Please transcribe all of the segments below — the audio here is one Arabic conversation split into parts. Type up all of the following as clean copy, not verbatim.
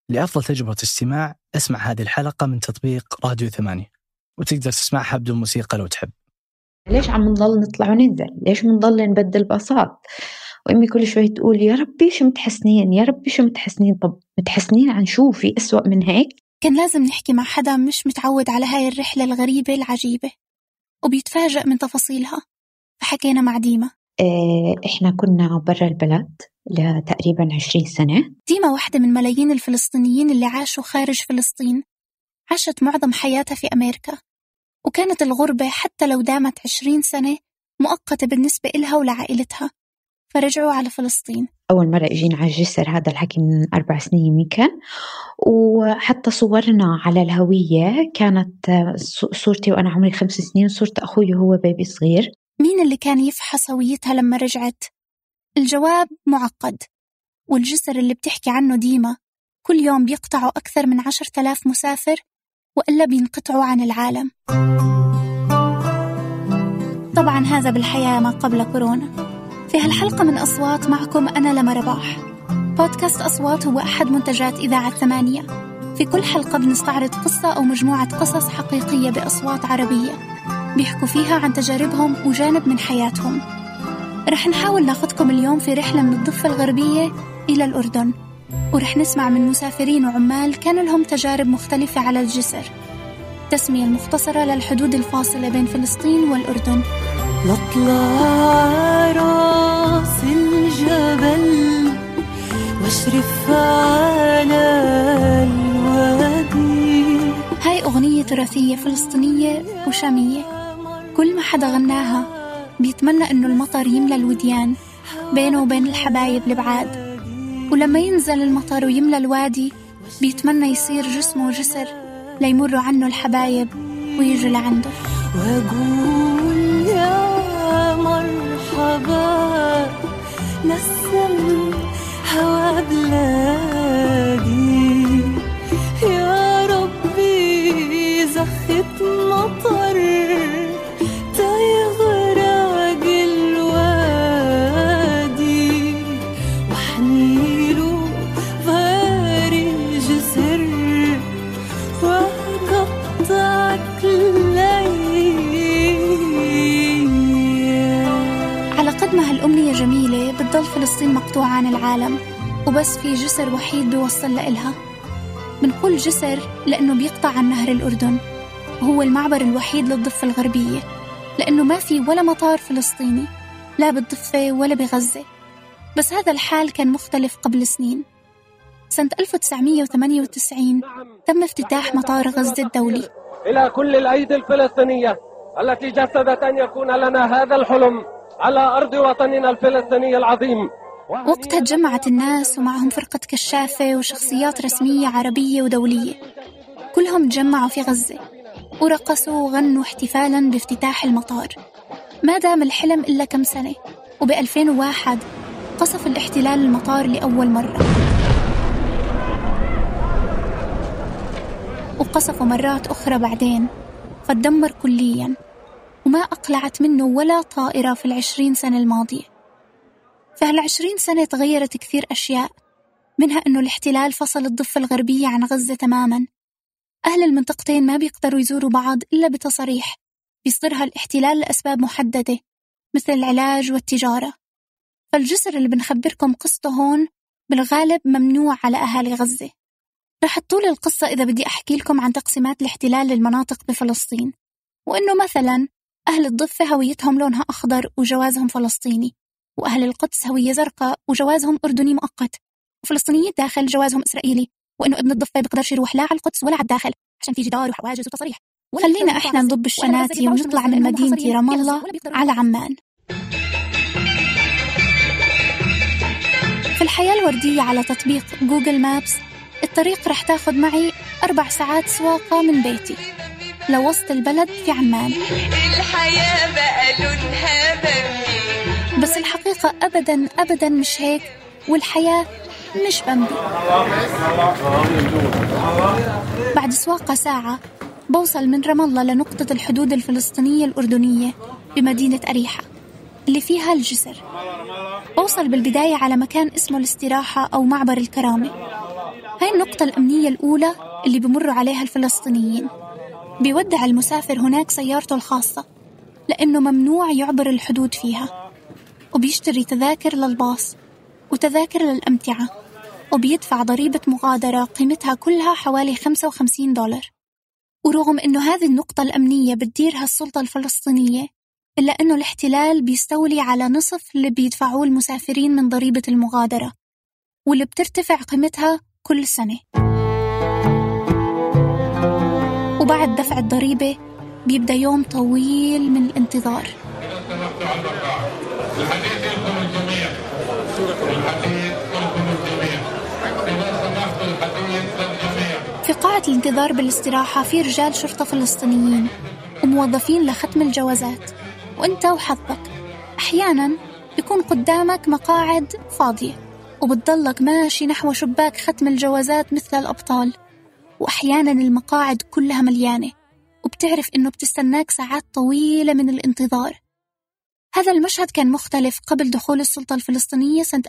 لأفضل تجربة استماع اسمع هذه الحلقة من تطبيق راديو 8، وتقدر تسمعها بدون موسيقى لو تحب. ليش عم نضل نطلع وننزل؟ ليش منضل نبدل باصات؟ وأمي كل شوي تقول يا ربي شو متحسنين، يا ربي شو متحسنين. طب متحسنين عن شو؟ في أسوأ من هيك؟ كان لازم نحكي مع حدا مش متعود على هاي الرحلة الغريبة العجيبة وبيتفاجأ من تفاصيلها. فحكينا مع ديما. إحنا كنا برا البلد لتقريبا 20 سنة. ديما واحدة من ملايين الفلسطينيين اللي عاشوا خارج فلسطين، عاشت معظم حياتها في أمريكا، وكانت الغربة حتى لو دامت 20 سنة مؤقتة بالنسبة إلها ولعائلتها، فرجعوا على فلسطين. أول مرة إجينا على الجسر، هذا الحكي من 4 سنين يمكن، وحتى صورنا على الهوية كانت صورتي وأنا عمري 5 سنين، وصورة أخوي وهو بيبي صغير. مين اللي كان يفحص هويتها لما رجعت؟ الجواب معقد، والجسر اللي بتحكي عنه ديما كل يوم بيقطعوا أكثر من 10,000 مسافر، وإلا بينقطعوا عن العالم. طبعا هذا بالحياة ما قبل كورونا. في هالحلقة من أصوات معكم أنا لما رباح. بودكاست أصوات هو أحد منتجات إذاعة 8. في كل حلقة بنستعرض قصة أو مجموعة قصص حقيقية بأصوات عربية بيحكوا فيها عن تجاربهم وجانب من حياتهم. رح نحاول ناخدكم اليوم في رحلة من الضفة الغربية إلى الأردن، ورح نسمع من مسافرين وعمال كان لهم تجارب مختلفة على الجسر. تسمية المختصرة للحدود الفاصلة بين فلسطين والأردن. نطلع راس الجبل واشرف على الوادي. هاي أغنية تراثية فلسطينية وشامية، كل ما حدا غناها بيتمنى إنه المطر يملى الوديان بينه وبين الحبايب البعاد، ولما ينزل المطر ويملى الوادي بيتمنى يصير جسمه جسر ليمروا عنه الحبايب ويجوا لعنده. وأقول يا مرحبا نسم هوا بلادي، يا ربي زخت مطر تيغرق الوادي، وحنيله غاري جسر وقطعك على قد ما هالأمنية جميلة بتضل فلسطين مقطوعة عن العالم، وبس في جسر وحيد بيوصل لإلها. بنقول جسر لأنه بيقطع عن نهر الأردن، وهو المعبر الوحيد للضفة الغربية، لأنه ما في ولا مطار فلسطيني لا بالضفة ولا بغزة. بس هذا الحال كان مختلف قبل سنين. سنة 1998 تم افتتاح مطار غزة الدولي. إلى كل الأيدي الفلسطينية التي جسدت أن يكون لنا هذا الحلم على أرض وطننا الفلسطيني العظيم. وقتها تجمعت الناس ومعهم فرقة كشافة وشخصيات رسمية عربية ودولية، كلهم تجمعوا في غزة ورقصوا وغنوا احتفالاً بافتتاح المطار. ما دام الحلم إلا كم سنة، وب2001 قصف الاحتلال المطار لأول مرة، وقصفوا مرات أخرى بعدين، فتدمر كلياً وما أقلعت منه ولا طائرة في 20 سنة الماضية. فهال20 سنة تغيرت كثير أشياء، منها أنه الاحتلال فصل الضفة الغربية عن غزة تماماً. أهل المنطقتين ما بيقدروا يزوروا بعض إلا بتصاريح بيصدرها الاحتلال لأسباب محددة مثل العلاج والتجارة. فالجسر اللي بنخبركم قصته هون بالغالب ممنوع على أهالي غزة. رح تطول القصة إذا بدي أحكي لكم عن تقسيمات الاحتلال للمناطق بفلسطين، وإنه مثلاً أهل الضفة هويتهم لونها أخضر وجوازهم فلسطيني، وأهل القدس هوية زرقاء وجوازهم أردني مؤقت، وفلسطينيين داخل جوازهم إسرائيلي، وإنه ابن الضفة بيقدرش يروح لا على القدس ولا على الداخل عشان في جدار وحواجز وتصريح. خلينا إحنا نضب الشناتي ونطلع من مدينة رام الله على عمان. في الحياة الوردية على تطبيق جوجل مابس الطريق رح تاخد معي 4 ساعات سواقة من بيتي لوسط البلد في عمان. الحياة بقى لونها بمبي، بس الحقيقة أبداً أبداً مش هيك، والحياة مش بمبي. بعد سواقة ساعة بوصل من رام الله لنقطة الحدود الفلسطينية الأردنية بمدينة أريحة اللي فيها الجسر. بوصل بالبداية على مكان اسمه الاستراحة أو معبر الكرامة. هاي هاي النقطة الأمنية الأولى اللي بمروا عليها الفلسطينيين. بيودع المسافر هناك سيارته الخاصة لأنه ممنوع يعبر الحدود فيها، وبيشتري تذاكر للباص وتذاكر للأمتعة، وبيدفع ضريبة مغادرة قيمتها كلها حوالي $55. ورغم أنه هذه النقطة الأمنية بتديرها السلطة الفلسطينية، إلا أنه الاحتلال بيستولي على نصف اللي بيدفعوه المسافرين من ضريبة المغادرة، واللي بترتفع قيمتها كل سنة. وبعد دفع الضريبة بيبدأ يوم طويل من الانتظار. في قاعة الانتظار بالاستراحة في رجال شرطة فلسطينيين وموظفين لختم الجوازات، وانت وحظك أحيانا بيكون قدامك مقاعد فاضية وبتضلك ماشي نحو شباك ختم الجوازات مثل الأبطال، وأحيانا المقاعد كلها مليانة وبتعرف إنه بتستناك ساعات طويلة من الانتظار. هذا المشهد كان مختلف قبل دخول السلطة الفلسطينية سنة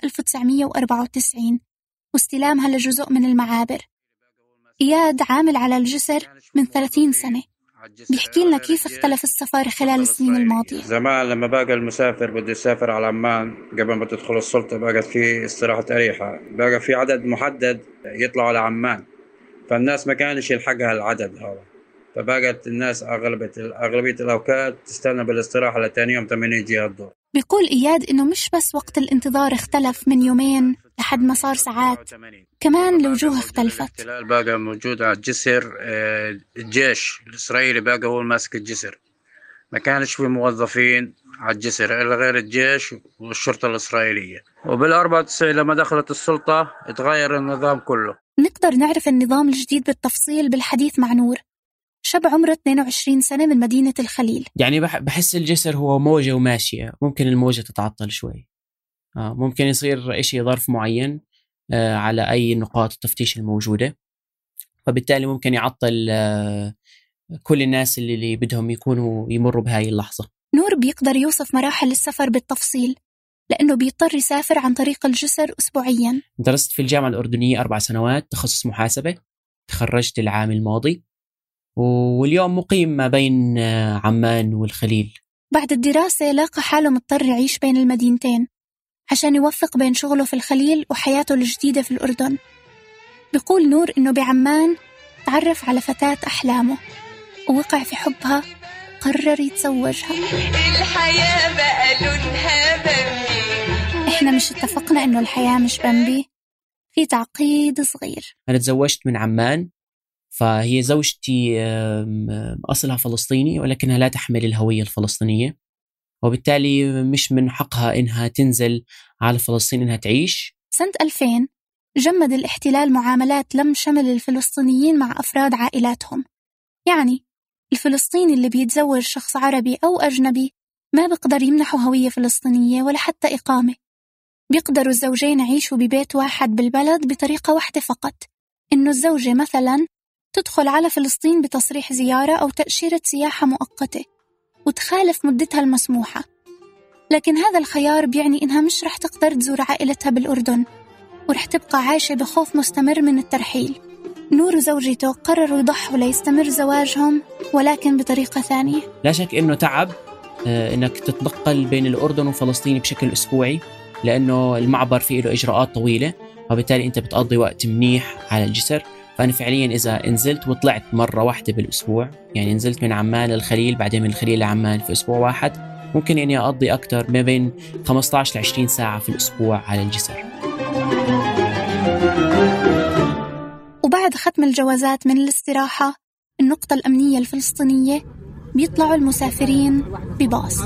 1994 واستلامها لجزء من المعابر. إياد عامل على الجسر من 30 سنة، بيحكي لنا كيف اختلف السفر خلال السنين الماضية. زمان لما بقى المسافر بده يسافر على عمان قبل ما تدخل السلطة بقت في استراحة أريحة، بقى في عدد محدد يطلعوا على عمان، فالناس ما كانش يلحقها العدد هذا، فبقت الناس أغلبية الأوقات تستنى بالاستراحة لتاني يوم 8 يجي الدور. بيقول إياد إنه مش بس وقت الانتظار اختلف من يومين لحد ما صار ساعات، كمان الوجوه اختلفت. الاحتلال بقى موجود على الجسر، الجيش الإسرائيلي بقى هو ماسك الجسر، ما كانش في موظفين على الجسر إلا غير الجيش والشرطة الإسرائيلية. وبال94 لما دخلت السلطة اتغير النظام كله. نقدر نعرف النظام الجديد بالتفصيل بالحديث مع نور، شاب عمره 22 سنة من مدينة الخليل. يعني بحس الجسر هو موجة وماشية، ممكن الموجة تتعطل شوي، ممكن يصير إشي ظرف معين على أي نقاط التفتيش الموجودة، فبالتالي ممكن يعطل كل الناس اللي بدهم يكونوا يمروا بهاي اللحظة. نور بيقدر يوصف مراحل السفر بالتفصيل لأنه بيضطر يسافر عن طريق الجسر أسبوعيا. درست في الجامعة الأردنية 4 سنوات، تخصص محاسبة، تخرجت العام الماضي، واليوم مقيم ما بين عمان والخليل. بعد الدراسة لاقى حاله مضطر يعيش بين المدينتين عشان يوفق بين شغله في الخليل وحياته الجديدة في الأردن. بيقول نور إنه بعمان تعرف على فتاة أحلامه ووقع في حبها، قرر يتزوجها. الحياة بقى لونها بمبي. إحنا مش اتفقنا إنه الحياة مش بمبي؟ في تعقيد صغير. أنا تزوجت من عمان، فهي زوجتي أصلها فلسطيني ولكنها لا تحمل الهوية الفلسطينية، وبالتالي مش من حقها إنها تنزل على فلسطين إنها تعيش. سنة 2000 جمد الاحتلال معاملات لم شمل الفلسطينيين مع أفراد عائلاتهم، يعني الفلسطيني اللي بيتزوج شخص عربي أو أجنبي ما بيقدر يمنحوا هوية فلسطينية ولا حتى إقامة. بيقدروا الزوجين يعيشوا ببيت واحد بالبلد بطريقة واحدة فقط، إنه الزوجة مثلاً تدخل على فلسطين بتصريح زيارة أو تأشيرة سياحة مؤقتة وتخالف مدتها المسموحة، لكن هذا الخيار بيعني إنها مش رح تقدر تزور عائلتها بالأردن ورح تبقى عايشة بخوف مستمر من الترحيل. نور وزوجته قرروا يضحوا ليستمر زواجهم، ولكن بطريقة ثانية. لا شك إنه تعب إنك تتنقل بين الأردن وفلسطين بشكل أسبوعي، لأنه المعبر فيه له إجراءات طويلة، وبالتالي أنت بتقضي وقت منيح على الجسر. فأنا فعلياً إذا نزلت وطلعت مرة واحدة بالأسبوع، يعني نزلت من عمان للخليل بعدين من الخليل لعمان في أسبوع واحد، ممكن إني أقضي أكتر ما بين 15 ل 20 ساعة في الأسبوع على الجسر. وبعد ختم الجوازات من الاستراحة النقطة الأمنية الفلسطينية بيطلعوا المسافرين بباص،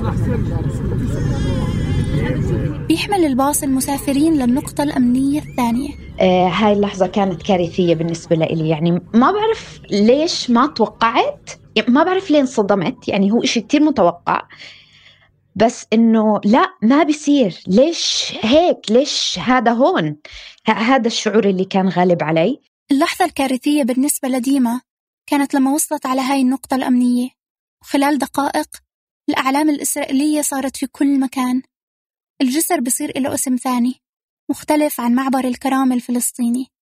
بيحمل الباص المسافرين للنقطة الأمنية الثانية. هاي اللحظة كانت كارثية بالنسبة لي، يعني ما بعرف ليش ما توقعت، يعني ما بعرف ليه انصدمت، يعني هو إشي كتير متوقع، بس إنه لا ما بيصير، ليش هيك، ليش هذا هون، هذا الشعور اللي كان غالب علي. اللحظة الكارثية بالنسبة لديما كانت لما وصلت على هاي النقطة الأمنية، وخلال دقائق الأعلام الإسرائيلية صارت في كل مكان. الجسر بصير له اسم ثاني مختلف عن معبر الكرامة الفلسطيني،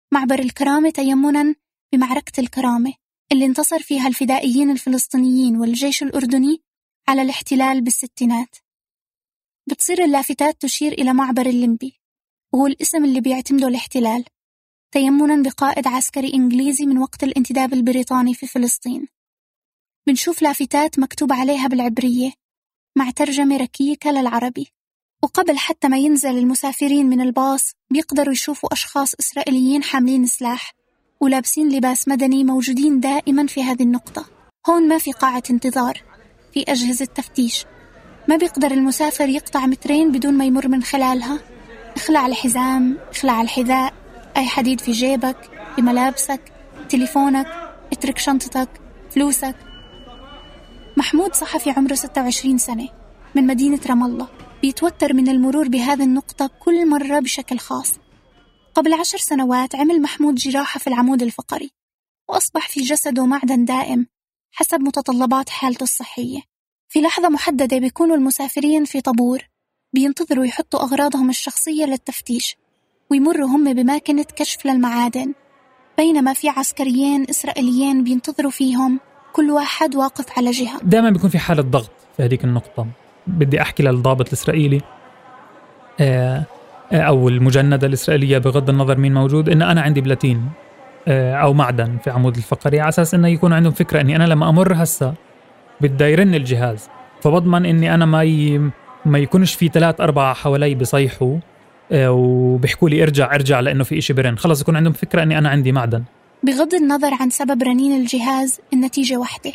معبر الكرامة تيمناً بمعركة الكرامة اللي انتصر فيها الفدائيين الفلسطينيين والجيش الأردني على الاحتلال بالستينات. بتصير اللافتات تشير إلى معبر الليمبي، وهو الاسم اللي بيعتمده الاحتلال تيمناً بقائد عسكري إنجليزي من وقت الانتداب البريطاني في فلسطين. بنشوف لافتات مكتوب عليها بالعبرية مع ترجمة ركيكة للعربي. وقبل حتى ما ينزل المسافرين من الباص بيقدروا يشوفوا أشخاص إسرائيليين حاملين سلاح ولابسين لباس مدني موجودين دائما في هذه النقطة. هون ما في قاعة انتظار، في أجهزة تفتيش. ما بيقدر المسافر يقطع مترين بدون ما يمر من خلالها. اخلع الحزام، اخلع الحذاء، أي حديد في جيبك، في ملابسك، تليفونك، اترك شنطتك، فلوسك. محمود صحفي عمره 26 سنة من مدينة رام الله، بيتوتر من المرور بهذه النقطة كل مرة بشكل خاص. قبل 10 سنوات عمل محمود جراحة في العمود الفقري، وأصبح في جسده معدن دائم حسب متطلبات حالته الصحية. في لحظة محددة بيكونوا المسافرين في طابور بينتظروا يحطوا أغراضهم الشخصية للتفتيش، ويمروا هم بماكينة كشف للمعادن، بينما في عسكريين إسرائيليين بينتظروا فيهم، كل واحد واقف على جهة. دائما بيكون في حالة ضغط في هذيك النقطة. بدي أحكي للضابط الإسرائيلي أو المجندة الإسرائيلية بغض النظر مين موجود، إن أنا عندي بلاتين أو معدن في عمود الفقري، على أساس إنه يكون عندهم فكرة إني أنا لما أمر هسا بدي يرن الجهاز، فبضمن إني أنا ما يكونش في 3-4 حوالي بيصيحوا وبيحكوا لي ارجع لأنه في إشي برن، خلاص يكون عندهم فكرة إني أنا عندي معدن. بغض النظر عن سبب رنين الجهاز، النتيجة واحدة.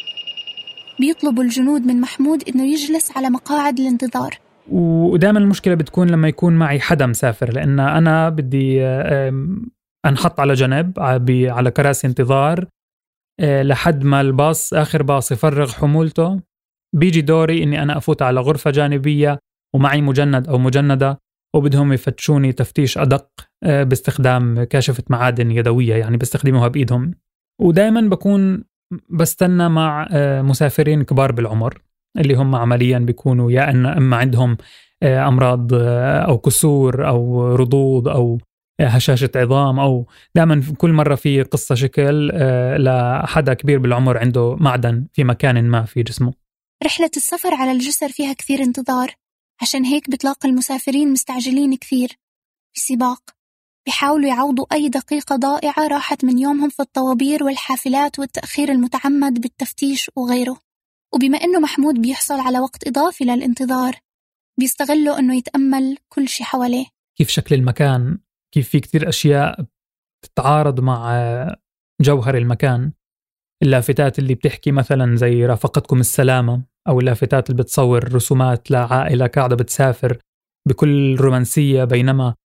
بيطلبوا الجنود من محمود إنه يجلس على مقاعد الانتظار. ودائما المشكلة بتكون لما يكون معي حدا مسافر، لأن أنا بدي أنحط على جنب على كراسي انتظار لحد ما الباص آخر باص يفرغ حمولته. بيجي دوري إني أنا أفوت على غرفة جانبية ومعي مجند أو مجندة، وبدهم يفتشوني تفتيش أدق باستخدام كاشفة معادن يدوية، يعني بيستخدموها بإيدهم. ودائما بكون بستنى مع مسافرين كبار بالعمر اللي هم عمليا بيكونوا يا إما عندهم أمراض أو كسور أو رضوض أو هشاشة عظام، أو دائما كل مرة في قصة شكل لحدا كبير بالعمر عنده معدن في مكان ما في جسمه. رحلة السفر على الجسر فيها كثير انتظار، عشان هيك بتلاقي المسافرين مستعجلين كثير في سباق، بيحاولوا يعوضوا أي دقيقة ضائعة راحت من يومهم في الطوابير والحافلات والتأخير المتعمد بالتفتيش وغيره. وبما إنه محمود بيحصل على وقت إضافي للانتظار، بيستغلوا إنه يتأمل كل شيء حواليه، كيف شكل المكان، كيف في كتير أشياء تتعارض مع جوهر المكان. اللافتات اللي بتحكي مثلا زي رافقتكم السلامة، أو اللافتات اللي بتصور رسومات لعائلة قاعدة بتسافر بكل رومانسية، بينما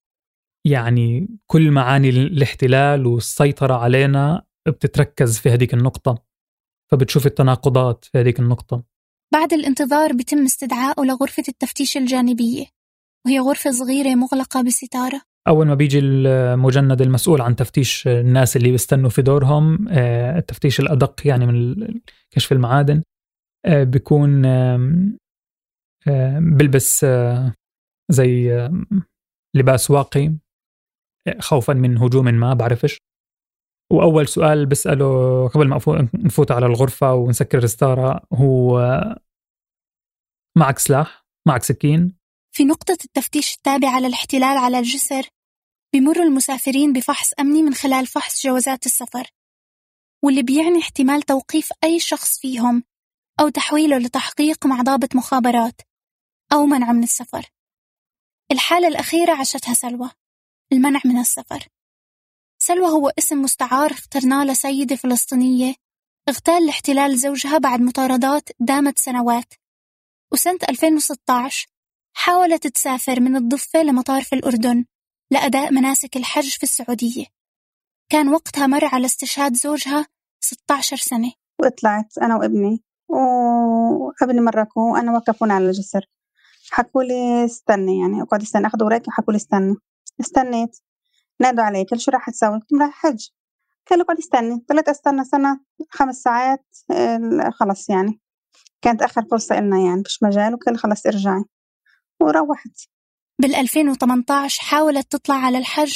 يعني كل معاني الاحتلال والسيطرة علينا بتتركز في هذيك النقطة، فبتشوف التناقضات في هذيك النقطة. بعد الانتظار بيتم استدعائه لغرفة التفتيش الجانبية، وهي غرفة صغيرة مغلقة بستارة. أول ما بيجي المجند المسؤول عن تفتيش الناس اللي بيستنوا في دورهم، التفتيش الأدق يعني من كشف المعادن، بيكون بلبس زي لباس واقي خوفا من هجوم ما بعرفش. وأول سؤال بسأله قبل ما نفوت على الغرفة ونسكر الستارة هو معك سلاح؟ معك سكين؟ في نقطة التفتيش التابعة للاحتلال على الجسر بيمر المسافرين بفحص أمني من خلال فحص جوازات السفر، واللي بيعني احتمال توقيف أي شخص فيهم أو تحويله لتحقيق مع ضابط مخابرات أو منعه من السفر. الحالة الأخيرة عاشتها سلوى، المنع من السفر. سلوى هو اسم مستعار اخترناه لسيدة فلسطينية اغتال الاحتلال زوجها بعد مطاردات دامت سنوات، وسنة 2016 حاولت تسافر من الضفة لمطار في الأردن لأداء مناسك الحج في السعودية. كان وقتها مر على استشهاد زوجها 16 سنة. وطلعت أنا وابني مركوا وأنا وقفونا على الجسر، حكوا لي استني، يعني اقعد استني، أخذوا وراكي وحكوا لي استني. استنيت، نادوا علي، قال شو راح تسوي؟ قلت راح حج. قال اقعد استني. طلعت استنى 5 ساعات، خلص يعني كانت آخر فرصة إلنا، يعني مش مجال، وقال خلص ارجعي، وروحت. بال2018 حاولت تطلع على الحج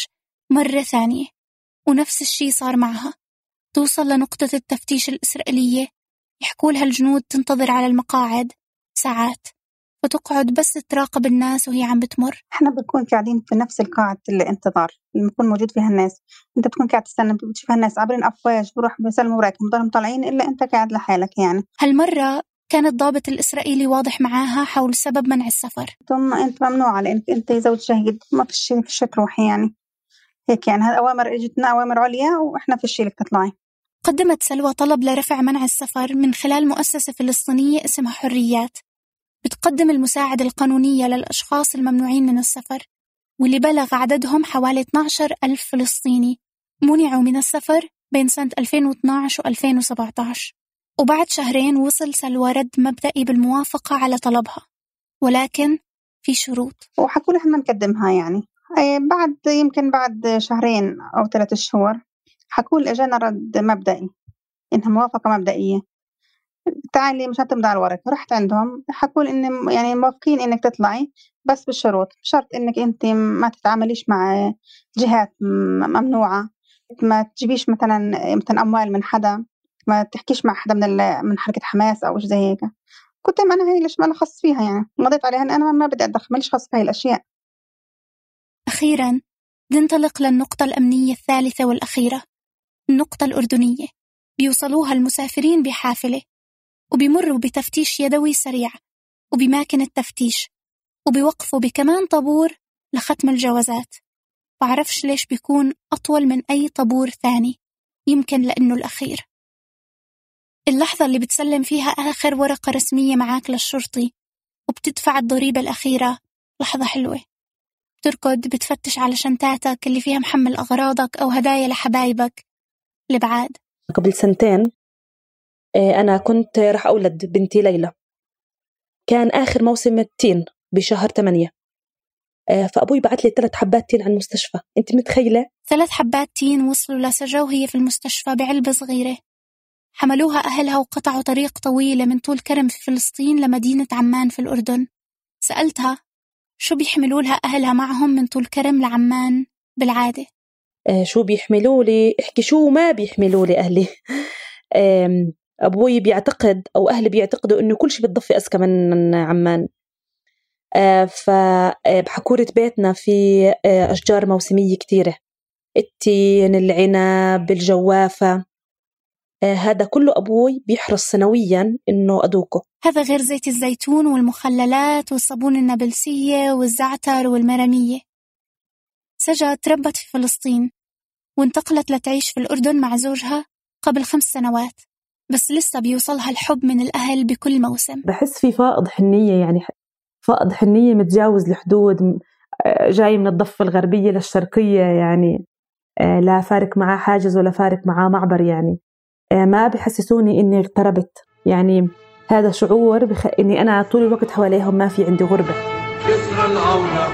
مرة ثانية، ونفس الشي صار معها. توصل لنقطة التفتيش الإسرائيلية، يحكوا لها الجنود تنتظر على المقاعد ساعات، وتقعد بس تراقب الناس وهي عم بتمر. احنا بنكون قاعدين في نفس القاعة الانتظار اللي بيكون موجود فيها الناس. انت بتكون قاعد تستنى، بتشوفها الناس عابرين افواج بروح بيسلموا وراكم ضلهم طالعين، الا انت قاعد لحالك يعني. هالمرة كان الضابط الإسرائيلي واضح معاها حول سبب منع السفر. ثم انت ممنوعة لانك انت زوج شهيد، ما فيش تروحي يعني هيك يعني. هذا اوامر اجتنا، اوامر عليا، واحنا في الشيء لك تطلعي. قدمت سلوى طلب لرفع منع السفر من خلال مؤسسة فلسطينية اسمها حريات، بتقدم المساعدة القانونية للأشخاص الممنوعين من السفر، واللي بلغ عددهم حوالي 12,000 فلسطيني منعوا من السفر بين سنة 2012 و2017. وبعد شهرين وصل سلوى رد مبدئي بالموافقة على طلبها، ولكن في شروط. وحكوا لي احنا نقدمها يعني يمكن بعد شهرين أو 3 شهور حكوا لي اجانا رد مبدئي إنها موافقة مبدئية، تعالي مش هتمضي على الورق. رحت عندهم حكوا لي إن يعني موافقين إنك تطلعي، بس بالشروط، بشرط إنك أنت ما تتعامليش مع جهات ممنوعة، ما تجيبيش مثلا أموال من حدا، ما تحكيش مع حدا من حركة حماس أو إيش زي هيك. كنت أنا هي ليش ما خص فيها يعني، مضيت عليها أنا ما بدي أدخل، ماليش خص في هاي الأشياء. أخيراً ننطلق للنقطة الأمنية الثالثة والأخيرة، النقطة الأردنية. بيوصلوها المسافرين بحافلة، وبيمروا بتفتيش يدوي سريع وبماكينة تفتيش، وبيوقفوا بكمان طابور لختم الجوازات. بعرفش ليش بيكون أطول من أي طابور ثاني، يمكن لأنه الأخير. اللحظة اللي بتسلم فيها آخر ورقة رسمية معاك للشرطي وبتدفع الضريبة الأخيرة، لحظة حلوة. بتركض بتفتش على شنطاتك اللي فيها محمل أغراضك أو هدايا لحبايبك البعاد. قبل 2 سنين أنا كنت رح أولد بنتي ليلى، كان آخر موسم التين بشهر 8، فأبوي بعت لي 3 حبات تين على المستشفى. أنت متخيلة؟ 3 حبات تين وصلوا لسجا وهي في المستشفى بعلبة صغيرة. حملوها أهلها وقطعوا طريق طويلة من طول كرم في فلسطين لمدينة عمان في الأردن. سألتها شو بيحملوا لها أهلها معهم من طول كرم لعمان بالعادة؟ شو بيحملوا لي؟ احكي شو ما بيحملوا لي أهلي. أبوي بيعتقد أو أهلي بيعتقدوا إنه كل شيء بتضفي أذكى من عمان. فبحكورة بيتنا في أشجار موسمية كتيرة، التين، العنب، الجوافة، هذا كله أبوي بيحرص سنويا إنه أدوقه. هذا غير زيت الزيتون والمخللات والصابون النابلسية والزعتر والمرامية. سجا تربت في فلسطين وانتقلت لتعيش في الأردن مع زوجها قبل 5 سنوات، بس لسه بيوصلها الحب من الأهل بكل موسم. بحس في فائض حنية، يعني فائض حنية متجاوز الحدود، جاي من الضفة الغربية للشرقية، يعني لا فارق معاه حاجز ولا فارق معاه معبر، يعني ما بيحسسوني إني اغتربت. يعني هذا شعور إني أنا طول الوقت حواليهم، ما في عندي غربة. جسر العونة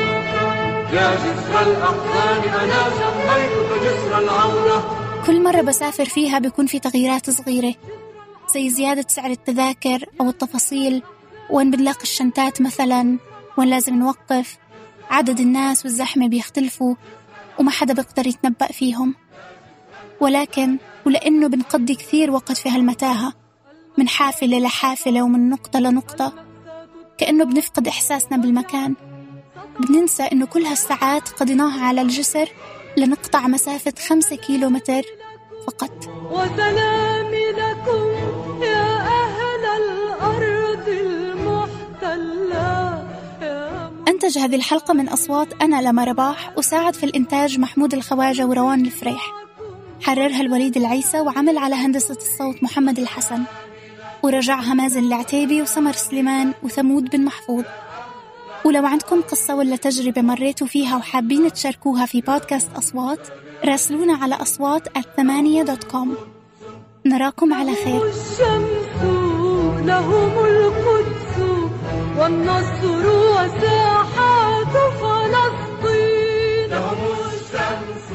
يا جسر الأحزان أنا سميتك جسر العونة. كل مرة بسافر فيها بيكون في تغييرات صغيرة، زي زيادة سعر التذاكر أو التفاصيل، وين بنلاقي الشنطات مثلا، وين لازم نوقف، عدد الناس والزحمة بيختلفوا وما حدا بيقدر يتنبأ فيهم. ولكن ولأنه بنقضي كثير وقت في هالمتاهة، من حافلة لحافلة ومن نقطة لنقطة، كأنه بنفقد إحساسنا بالمكان. بننسى إنه كل هالساعات قضيناها على الجسر لنقطع مسافة 5 كيلومتر فقط. وسلامي لكم يا أهل الأرض المحتلة. أنتج هذه الحلقة من أصوات أنا لما رباح، وساعد في الإنتاج محمود الخواجة وروان الفريح. حررها الوليد العيسى، وعمل على هندسة الصوت محمد الحسن، ورجعها مازن العتيبي وسمر سليمان وثمود بن محفوظ. ولو عندكم قصة ولا تجربة مريتوا فيها وحابين تشاركوها في بودكاست أصوات، راسلونا على أصوات@8.com. نراكم على خير. الشمس لهم القدس والنصر وساحات فلسطين. لهم الشمس